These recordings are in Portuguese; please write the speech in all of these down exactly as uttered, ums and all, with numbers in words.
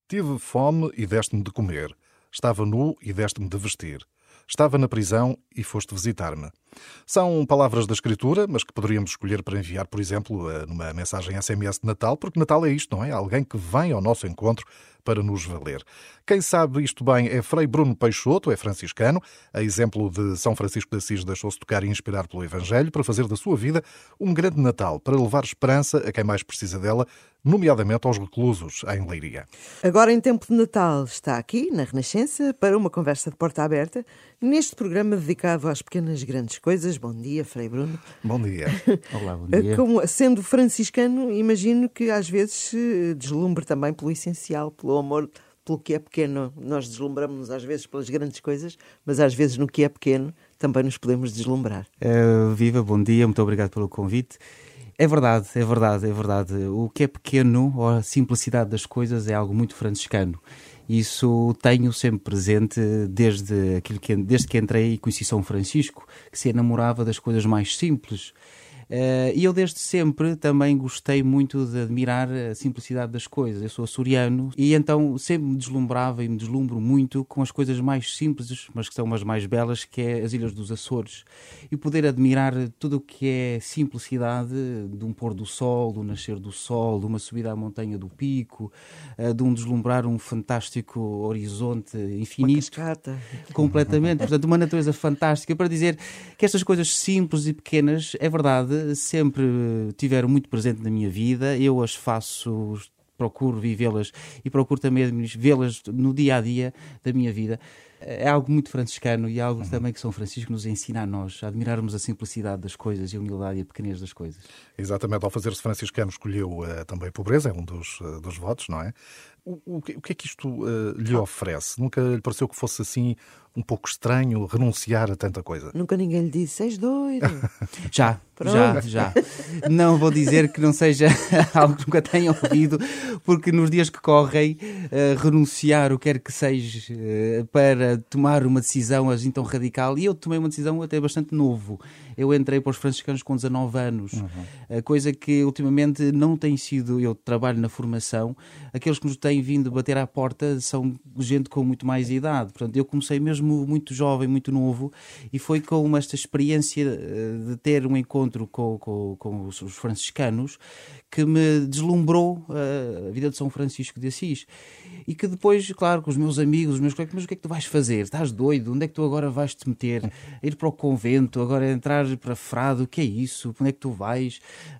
Tive fome e deste-me de comer. Estava nu e deste-me de vestir. Estava na prisão e foste visitar-me. São palavras da Escritura, mas que poderíamos escolher para enviar, por exemplo, numa mensagem S M S de Natal, porque Natal é isto, não é? Alguém que vem ao nosso encontro para nos valer. Quem sabe isto bem é Frei Bruno Peixoto, é franciscano. A exemplo de São Francisco de Assis, deixou-se tocar e inspirar pelo Evangelho para fazer da sua vida um grande Natal, para levar esperança a quem mais precisa dela, nomeadamente aos reclusos em Leiria. Agora, em tempo de Natal, está aqui, na Renascença, para uma conversa de porta aberta, neste programa dedicado às pequenas grandes coisas. Bom dia, Frei Bruno. Bom dia. Olá, bom dia. Como, sendo franciscano, imagino que às vezes se deslumbre também pelo essencial, pelo amor, pelo que é pequeno. Nós deslumbramos-nos às vezes pelas grandes coisas, mas às vezes no que é pequeno também nos podemos deslumbrar. Uh, viva, bom dia, muito obrigado pelo convite. É verdade, é verdade, é verdade. O que é pequeno, ou a simplicidade das coisas, é algo muito franciscano. Isso tenho sempre presente desde, aquilo que, desde que entrei e conheci São Francisco, que se enamorava das coisas mais simples. Uh, e eu desde sempre também gostei muito de admirar a simplicidade das coisas. Eu sou açoriano e então sempre me deslumbrava e me deslumbro muito com as coisas mais simples, mas que são as mais belas, que é as Ilhas dos Açores. E poder admirar tudo o que é simplicidade de um pôr do sol, do nascer do sol, de uma subida à montanha do Pico, uh, de um deslumbrar um fantástico horizonte infinito. Uma cascata. Completamente. Portanto, uma natureza fantástica, para dizer que estas coisas simples e pequenas, é verdade, sempre tiveram muito presente na minha vida. Eu as faço, procuro vivê-las e procuro também vê-las no dia a dia da minha vida. É algo muito franciscano e algo uhum. também que São Francisco nos ensina a nós, a admirarmos a simplicidade das coisas e a humildade e a pequenez das coisas. Exatamente, ao fazer-se franciscano escolheu uh, também a pobreza, é um dos, uh, dos votos, não é? O, o, que, o que é que isto uh, lhe oferece? Nunca lhe pareceu que fosse assim um pouco estranho renunciar a tanta coisa? Nunca ninguém lhe disse, és doido. Já, já, já. Não vou dizer que não seja algo que nunca tenha ouvido, porque nos dias que correm, uh, renunciar o que quer que seja uh, para tomar uma decisão assim tão radical, e eu tomei uma decisão até bastante novo. Eu entrei para os franciscanos com dezanove anos, uhum. coisa que ultimamente não tem sido. Eu trabalho na formação, aqueles que nos têm vindo bater à porta são gente com muito mais idade. Portanto, eu comecei mesmo muito jovem, muito novo, e foi com esta experiência de ter um encontro com, com, com os franciscanos que me deslumbrou a vida de São Francisco de Assis. E que depois, claro, com os meus amigos, os meus colegas, mas o que é que tu vais fazer? Estás doido? Onde é que tu agora vais te meter? Ir para o convento, agora entrar para frade, o que é isso? Onde é que tu vais?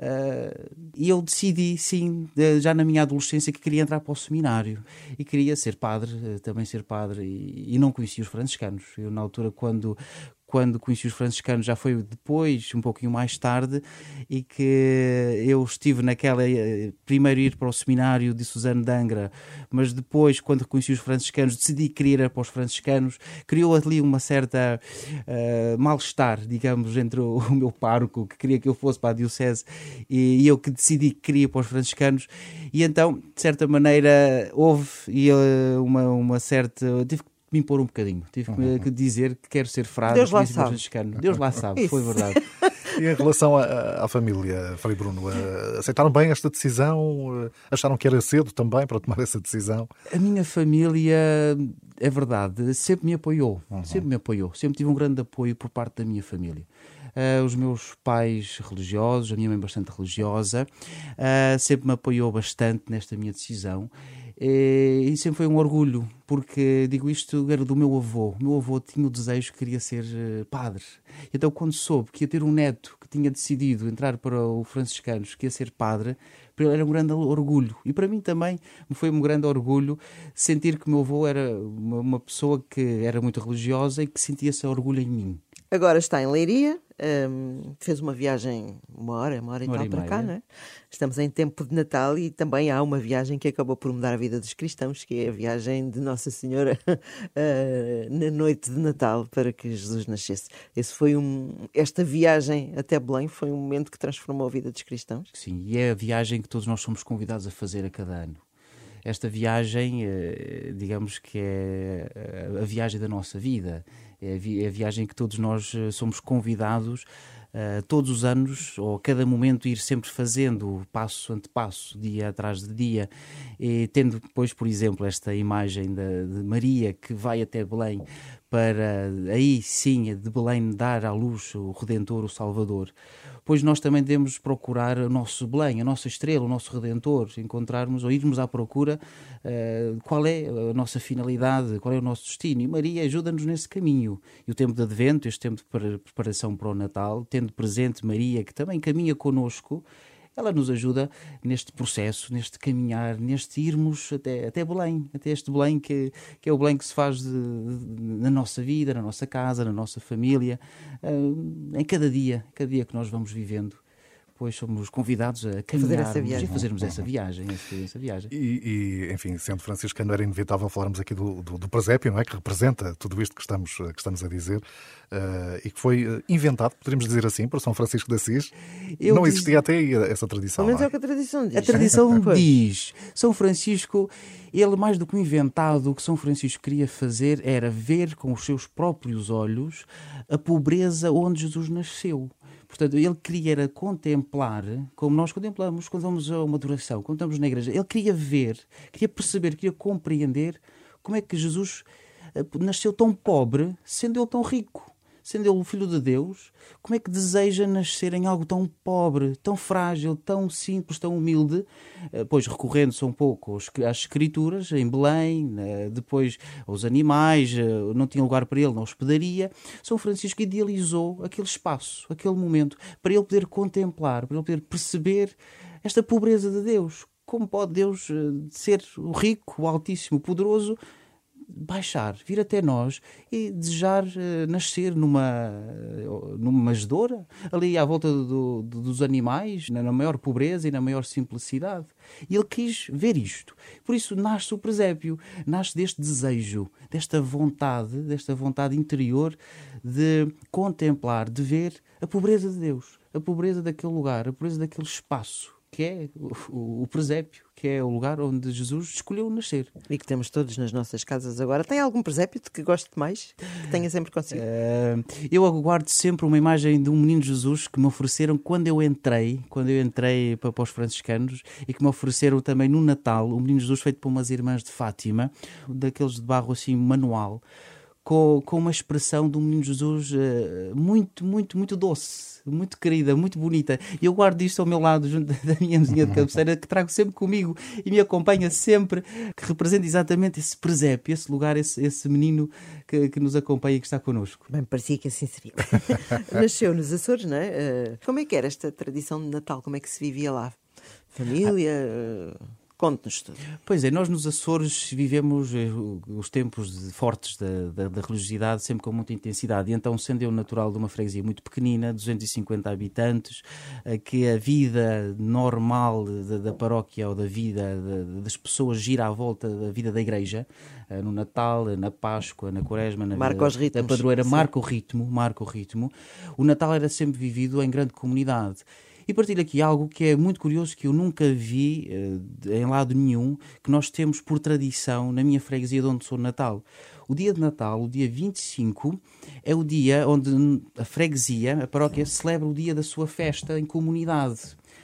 Uh, e eu decidi, sim, já na minha adolescência, que queria entrar para o seminário e queria ser padre, também ser padre, e, e não conhecia os franciscanos. Eu, na altura, quando... Quando conheci os franciscanos já foi depois, um pouquinho mais tarde, e que eu estive naquela, primeiro ir para o seminário de Susano de Angra, mas depois, quando conheci os franciscanos, decidi querer ir para os franciscanos. Criou ali uma certa uh, mal-estar, digamos, entre o, o meu pároco, que queria que eu fosse para a diocese, e, e eu que decidi que queria ir para os franciscanos. E então, de certa maneira, houve e, uh, uma, uma certa... Tive que me impor um bocadinho. Tive uhum. que dizer que quero ser frade. Deus lá sabe. Deus lá sabe, foi verdade. E em relação à, à família, Frei Bruno, aceitaram bem esta decisão? Acharam que era cedo também para tomar essa decisão? A minha família, é verdade, sempre me apoiou. Uhum. Sempre me apoiou. Sempre tive um grande apoio por parte da minha família. Uh, os meus pais religiosos, a minha mãe bastante religiosa, uh, sempre me apoiou bastante nesta minha decisão. E sempre foi um orgulho, porque, digo isto, era do meu avô. O meu avô tinha o desejo que queria ser padre. Então, quando soube que ia ter um neto que tinha decidido entrar para o franciscanos, que ia ser padre, para ele era um grande orgulho. E para mim também me foi um grande orgulho sentir que o meu avô era uma, uma pessoa que era muito religiosa e que sentia esse orgulho em mim. Agora está em Leiria, um, fez uma viagem, uma hora, uma hora e uma tal hora e para meia. cá, não é? Estamos em tempo de Natal e também há uma viagem que acabou por mudar a vida dos cristãos, que é a viagem de Nossa Senhora uh, na noite de Natal, para que Jesus nascesse. Esse foi um, esta viagem até Belém foi um momento que transformou a vida dos cristãos. Sim, e é a viagem que todos nós somos convidados a fazer a cada ano. Esta viagem, digamos que é a viagem da nossa vida, é a viagem que todos nós somos convidados uh, todos os anos, ou a cada momento, ir sempre fazendo passo ante passo, dia atrás de dia, e tendo depois, por exemplo, esta imagem de, de Maria que vai até Belém para, aí sim, de Belém dar à luz o Redentor, o Salvador. Pois nós também devemos procurar o nosso Belém, a nossa estrela, o nosso Redentor, encontrarmos ou irmos à procura uh, qual é a nossa finalidade, qual é o nosso destino. E Maria ajuda-nos nesse caminho. E o tempo de Advento, este tempo de preparação para o Natal, tendo presente Maria, que também caminha connosco, ela nos ajuda neste processo, neste caminhar, neste irmos até, até Belém, até este Belém que, que é o Belém que se faz de, de, na nossa vida, na nossa casa, na nossa família, uh, em cada dia, cada dia que nós vamos vivendo. Pois somos convidados a caminhar e fazermos essa viagem. Essa, essa viagem. E, e, enfim, sendo franciscano, era inevitável falarmos aqui do, do, do presépio, não é? Que representa tudo isto que estamos, que estamos a dizer uh, e que foi inventado, poderíamos dizer assim, por São Francisco de Assis. Eu não diz... existia até aí essa tradição. Pelo menos é o que a tradição diz. A tradição diz. São Francisco, ele mais do que um inventado, o que São Francisco queria fazer era ver com os seus próprios olhos a pobreza onde Jesus nasceu. Portanto, ele queria era contemplar, como nós contemplamos quando vamos a uma adoração, quando estamos na igreja. Ele queria ver, queria perceber, queria compreender como é que Jesus nasceu tão pobre, sendo ele tão rico. Sendo ele o Filho de Deus, como é que deseja nascer em algo tão pobre, tão frágil, tão simples, tão humilde? Pois, recorrendo-se um pouco às Escrituras, em Belém, depois aos animais, não tinha lugar para ele na hospedaria. São Francisco idealizou aquele espaço, aquele momento, para ele poder contemplar, para ele poder perceber esta pobreza de Deus. Como pode Deus ser o rico, o altíssimo, o poderoso, baixar, vir até nós e desejar uh, nascer numa, uh, numa manjedoura, ali à volta do, do, dos animais, na, na maior pobreza e na maior simplicidade. E ele quis ver isto. Por isso nasce o presépio, nasce deste desejo, desta vontade, desta vontade interior de contemplar, de ver a pobreza de Deus, a pobreza daquele lugar, a pobreza daquele espaço, que é o, o presépio, que é o lugar onde Jesus escolheu nascer. E que temos todos nas nossas casas agora. Tem algum presépio de que goste mais? Que tenha sempre consigo? Uh, eu aguardo sempre uma imagem de um menino Jesus que me ofereceram quando eu entrei, quando eu entrei para, para os franciscanos, e que me ofereceram também no Natal, um menino Jesus feito por umas irmãs de Fátima, daqueles de barro assim manual, com, com uma expressão de um menino Jesus uh, muito, muito, muito doce, muito querida, muito bonita. E eu guardo isto ao meu lado, junto da minha mesinha de cabeceira, que trago sempre comigo e me acompanha sempre, que representa exatamente esse presépio, esse lugar, esse, esse menino que, que nos acompanha e que está connosco. Bem, parecia que assim seria. Nasceu nos Açores, não é? Uh, como é que era esta tradição de Natal? Como é que se vivia lá? Família... Uh... Conte-nos tudo. Pois é, nós nos Açores vivemos os tempos fortes da, da, da religiosidade sempre com muita intensidade. E então, sendo eu natural de uma freguesia muito pequenina, duzentos e cinquenta habitantes, que a vida normal da, da paróquia ou da vida da, das pessoas gira à volta da vida da igreja, no Natal, na Páscoa, na Quaresma, na marca os ritmos. Da padroeira, marca o ritmo, marca o ritmo. O Natal era sempre vivido em grande comunidade. E partilho aqui algo que é muito curioso, que eu nunca vi uh, em lado nenhum, que nós temos por tradição na minha freguesia de onde sou Natal. O dia de Natal, o dia vinte e cinco, é o dia onde a freguesia, a paróquia, celebra o dia da sua festa em comunidade,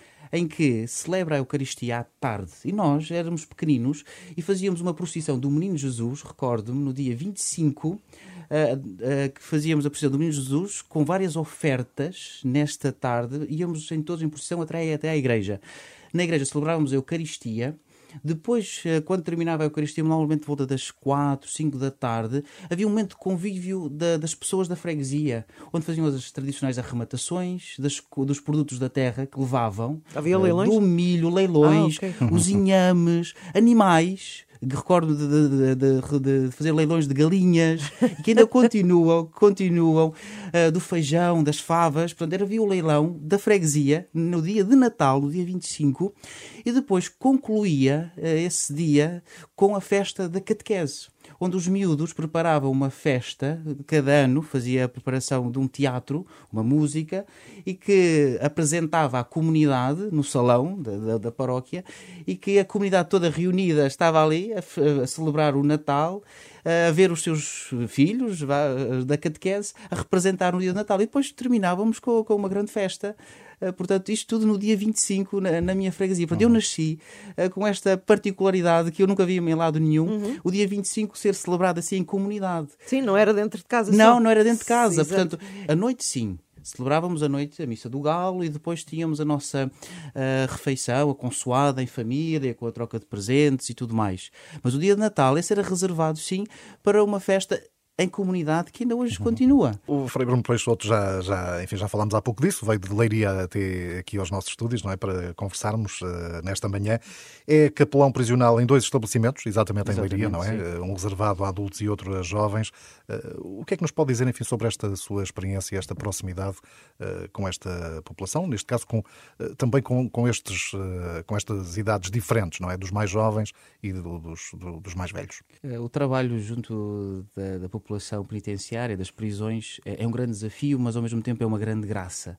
em que celebra a Eucaristia à tarde. E nós éramos pequeninos e fazíamos uma procissão do Menino Jesus, recordo-me, no dia vinte e cinco, Uh, uh, que fazíamos a procissão do Menino Jesus com várias ofertas nesta tarde, íamos em todos em procissão até, até à igreja. Na igreja celebrávamos a Eucaristia. Depois, uh, quando terminava a Eucaristia, normalmente de volta das quatro, cinco da tarde, havia um momento de convívio da, das pessoas da freguesia, onde faziam as tradicionais arrematações das, dos produtos da terra que levavam. Havia leilões? Uh, do milho, leilões, ah, okay. os inhames, animais. Recordo de, de, de, de fazer leilões de galinhas, que ainda continuam, continuam uh, do feijão, das favas. Portanto, havia o leilão da freguesia no dia de Natal, no dia vinte e cinco, e depois concluía uh, esse dia com a festa da catequese, onde os miúdos preparavam uma festa, cada ano fazia a preparação de um teatro, uma música, e que apresentava à comunidade no salão da, da, da paróquia, e que a comunidade toda reunida estava ali a, a celebrar o Natal, a ver os seus filhos da catequese a representar o dia do Natal. E depois terminávamos com, com uma grande festa. Uh, portanto, isto tudo no dia vinte e cinco na, na minha freguesia. Portanto, uhum. eu nasci uh, com esta particularidade que eu nunca vi em lado nenhum, uhum. o dia vinte e cinco ser celebrado assim em comunidade. Sim, não era dentro de casa. Não, só. não era dentro de casa. Sim, portanto, a noite sim. Celebrávamos a noite a missa do galo e depois tínhamos a nossa uh, refeição, a consoada em família, com a troca de presentes e tudo mais. Mas o dia de Natal, esse era reservado sim para uma festa em comunidade que ainda hoje continua. O Frei Bruno Peixoto, já, já, enfim, já falámos há pouco disso, veio de Leiria até aqui aos nossos estúdios, não é, para conversarmos uh, nesta manhã. É capelão prisional em dois estabelecimentos, exatamente, exatamente em Leiria, não é? Sim. Um reservado a adultos e outro a jovens. Uh, o que é que nos pode dizer, enfim, sobre esta sua experiência, esta proximidade uh, com esta população, neste caso com, uh, também com, com, estes, uh, com estas idades diferentes, não é? Dos mais jovens e do, dos, do, dos mais velhos. O trabalho junto da, da população população penitenciária, das prisões, é um grande desafio, mas ao mesmo tempo é uma grande graça.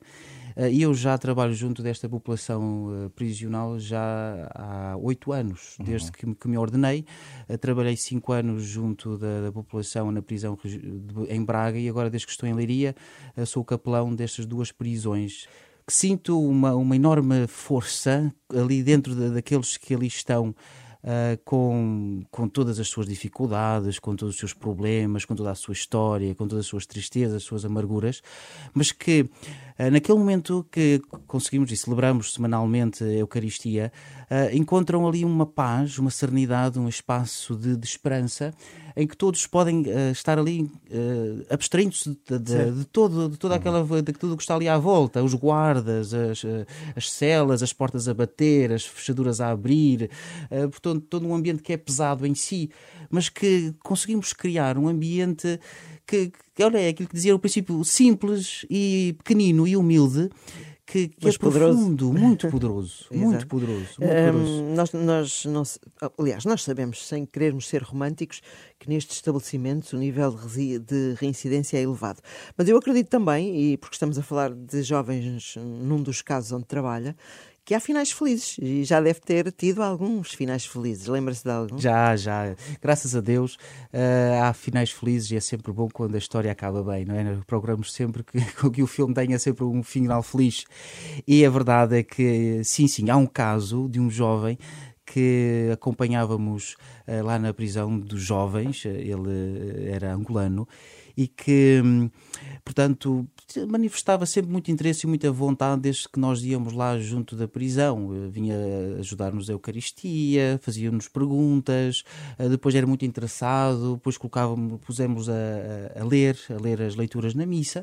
E eu já trabalho junto desta população prisional já há oito anos, desde uhum. que, me, que me ordenei. Trabalhei cinco anos junto da, da população na prisão em Braga e agora, desde que estou em Leiria, sou o capelão destas duas prisões. Sinto uma, uma enorme força ali dentro de, daqueles que ali estão, Uh, com, com todas as suas dificuldades, com todos os seus problemas, com toda a sua história, com todas as suas tristezas, as suas amarguras, mas que uh, naquele momento que conseguimos e celebramos semanalmente a Eucaristia, uh, encontram ali uma paz, uma serenidade, um espaço de, de esperança, em que todos podem uh, estar ali uh, abstraindo-se de, de, de, todo, de toda aquela, de tudo que está ali à volta, os guardas, as, as celas, as portas a bater, as fechaduras a abrir, uh, portanto, todo um ambiente que é pesado em si, mas que conseguimos criar um ambiente que, que olha, é aquilo que dizia ao princípio, simples e pequenino e humilde, que, que é profundo, poderoso. muito poderoso, muito poderoso. Muito poderoso. Um, nós, nós não, aliás, nós sabemos, sem querermos ser românticos, que nestes estabelecimentos o nível de, de reincidência é elevado. Mas eu acredito também, e porque estamos a falar de jovens num dos casos onde trabalha, que há finais felizes, e já deve ter tido alguns finais felizes. Lembra-se de algum? Já, já. Graças a Deus uh, há finais felizes e é sempre bom quando a história acaba bem, não é? Procuramos sempre que, que o filme tenha sempre um final feliz. E a verdade é que, sim, sim, há um caso de um jovem que acompanhávamos uh, lá na prisão dos jovens, ele era angolano, e que, portanto, manifestava sempre muito interesse e muita vontade desde que nós íamos lá junto da prisão. Vinha ajudar-nos a Eucaristia, fazia-nos perguntas, depois era muito interessado, depois colocávamos, pusemos a, a ler, a ler as leituras na missa,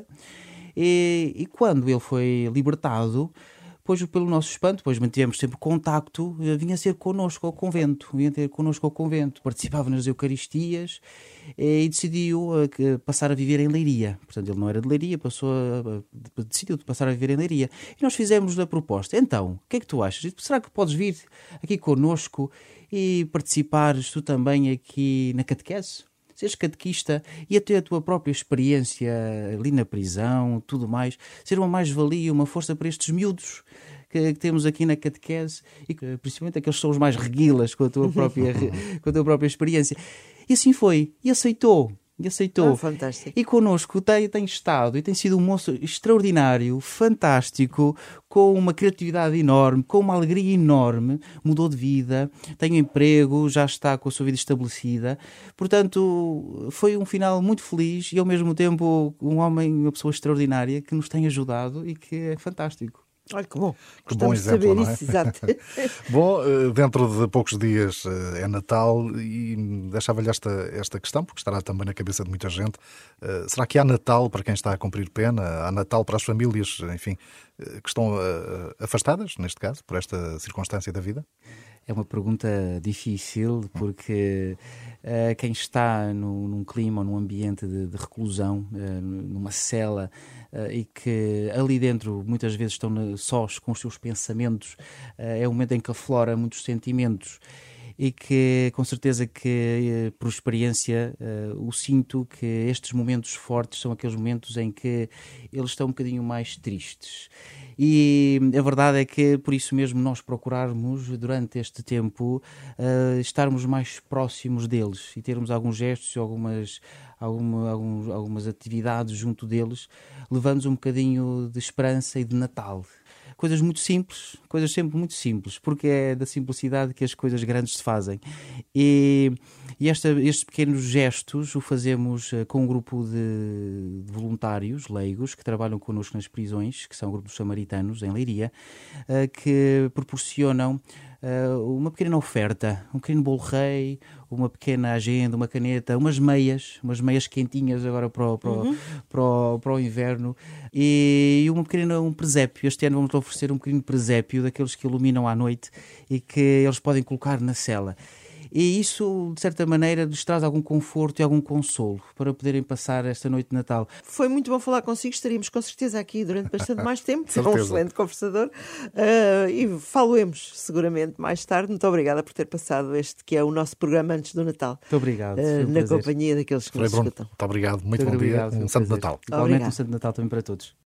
e, e quando ele foi libertado, depois, pelo nosso espanto, depois mantivemos sempre contacto, vinha ser connosco ao convento, vinha ter connosco ao convento, participava nas Eucaristias e decidiu passar a viver em Leiria. Portanto, ele não era de Leiria, passou a, decidiu passar a viver em Leiria. E nós fizemos a proposta. Então, o que é que tu achas? Será que podes vir aqui connosco e participares tu também aqui na catequese? Seres catequista e até a tua própria experiência ali na prisão, tudo mais, ser uma mais-valia, uma força para estes miúdos que, que temos aqui na catequese e que, principalmente aqueles que são os mais reguilas com a tua própria, com a tua própria experiência. E assim foi, e aceitou. E aceitou. Ah, fantástico. E connosco tem, tem estado e tem sido um moço extraordinário, fantástico, com uma criatividade enorme, com uma alegria enorme, mudou de vida, tem um emprego, já está com a sua vida estabelecida. Portanto, foi um final muito feliz e ao mesmo tempo um homem, uma pessoa extraordinária que nos tem ajudado e que é fantástico. Olha que bom. Que bom exemplo, não é? Isso, exato. Bom, dentro de poucos dias é Natal e deixava-lhe esta, esta questão, porque estará também na cabeça de muita gente. Será que há Natal para quem está a cumprir pena? Há Natal para as famílias, enfim, que estão afastadas, neste caso, por esta circunstância da vida? É uma pergunta difícil porque uh, quem está no, num clima ou num ambiente de, de reclusão, uh, numa cela, uh, e que ali dentro muitas vezes estão sós com os seus pensamentos, uh, é um momento em que aflora muitos sentimentos. e que com certeza que por experiência o sinto que estes momentos fortes são aqueles momentos em que eles estão um bocadinho mais tristes. E a verdade é que por isso mesmo nós procurarmos durante este tempo uh, estarmos mais próximos deles e termos alguns gestos, algumas, alguma, alguns, algumas atividades junto deles, levando-nos um bocadinho de esperança e de Natal. Coisas muito simples, coisas sempre muito simples, porque é da simplicidade que as coisas grandes se fazem. E, e esta, estes pequenos gestos o fazemos uh, com um grupo de, de voluntários leigos que trabalham connosco nas prisões, que são o grupo dos samaritanos, em Leiria, uh, que proporcionam Uh, uma pequena oferta, um pequeno bolo rei, uma pequena agenda, uma caneta, umas meias, umas meias quentinhas agora para o, para o, uhum. para o, para o inverno e uma pequena, um presépio. Este ano vamos oferecer um pequeno presépio daqueles que iluminam à noite e que eles podem colocar na cela. E isso, de certa maneira, lhes traz algum conforto e algum consolo para poderem passar esta noite de Natal. Foi muito bom falar consigo, estaríamos com certeza aqui durante bastante mais tempo. É um excelente conversador uh, e falo-emos seguramente mais tarde. Muito obrigada por ter passado este que é o nosso programa antes do Natal. Muito obrigado. Uh, na companhia daqueles que nos escutam. Muito obrigado, muito, muito bom obrigado, dia. Um Santo prazer. Natal. Igualmente um Santo Natal também para todos.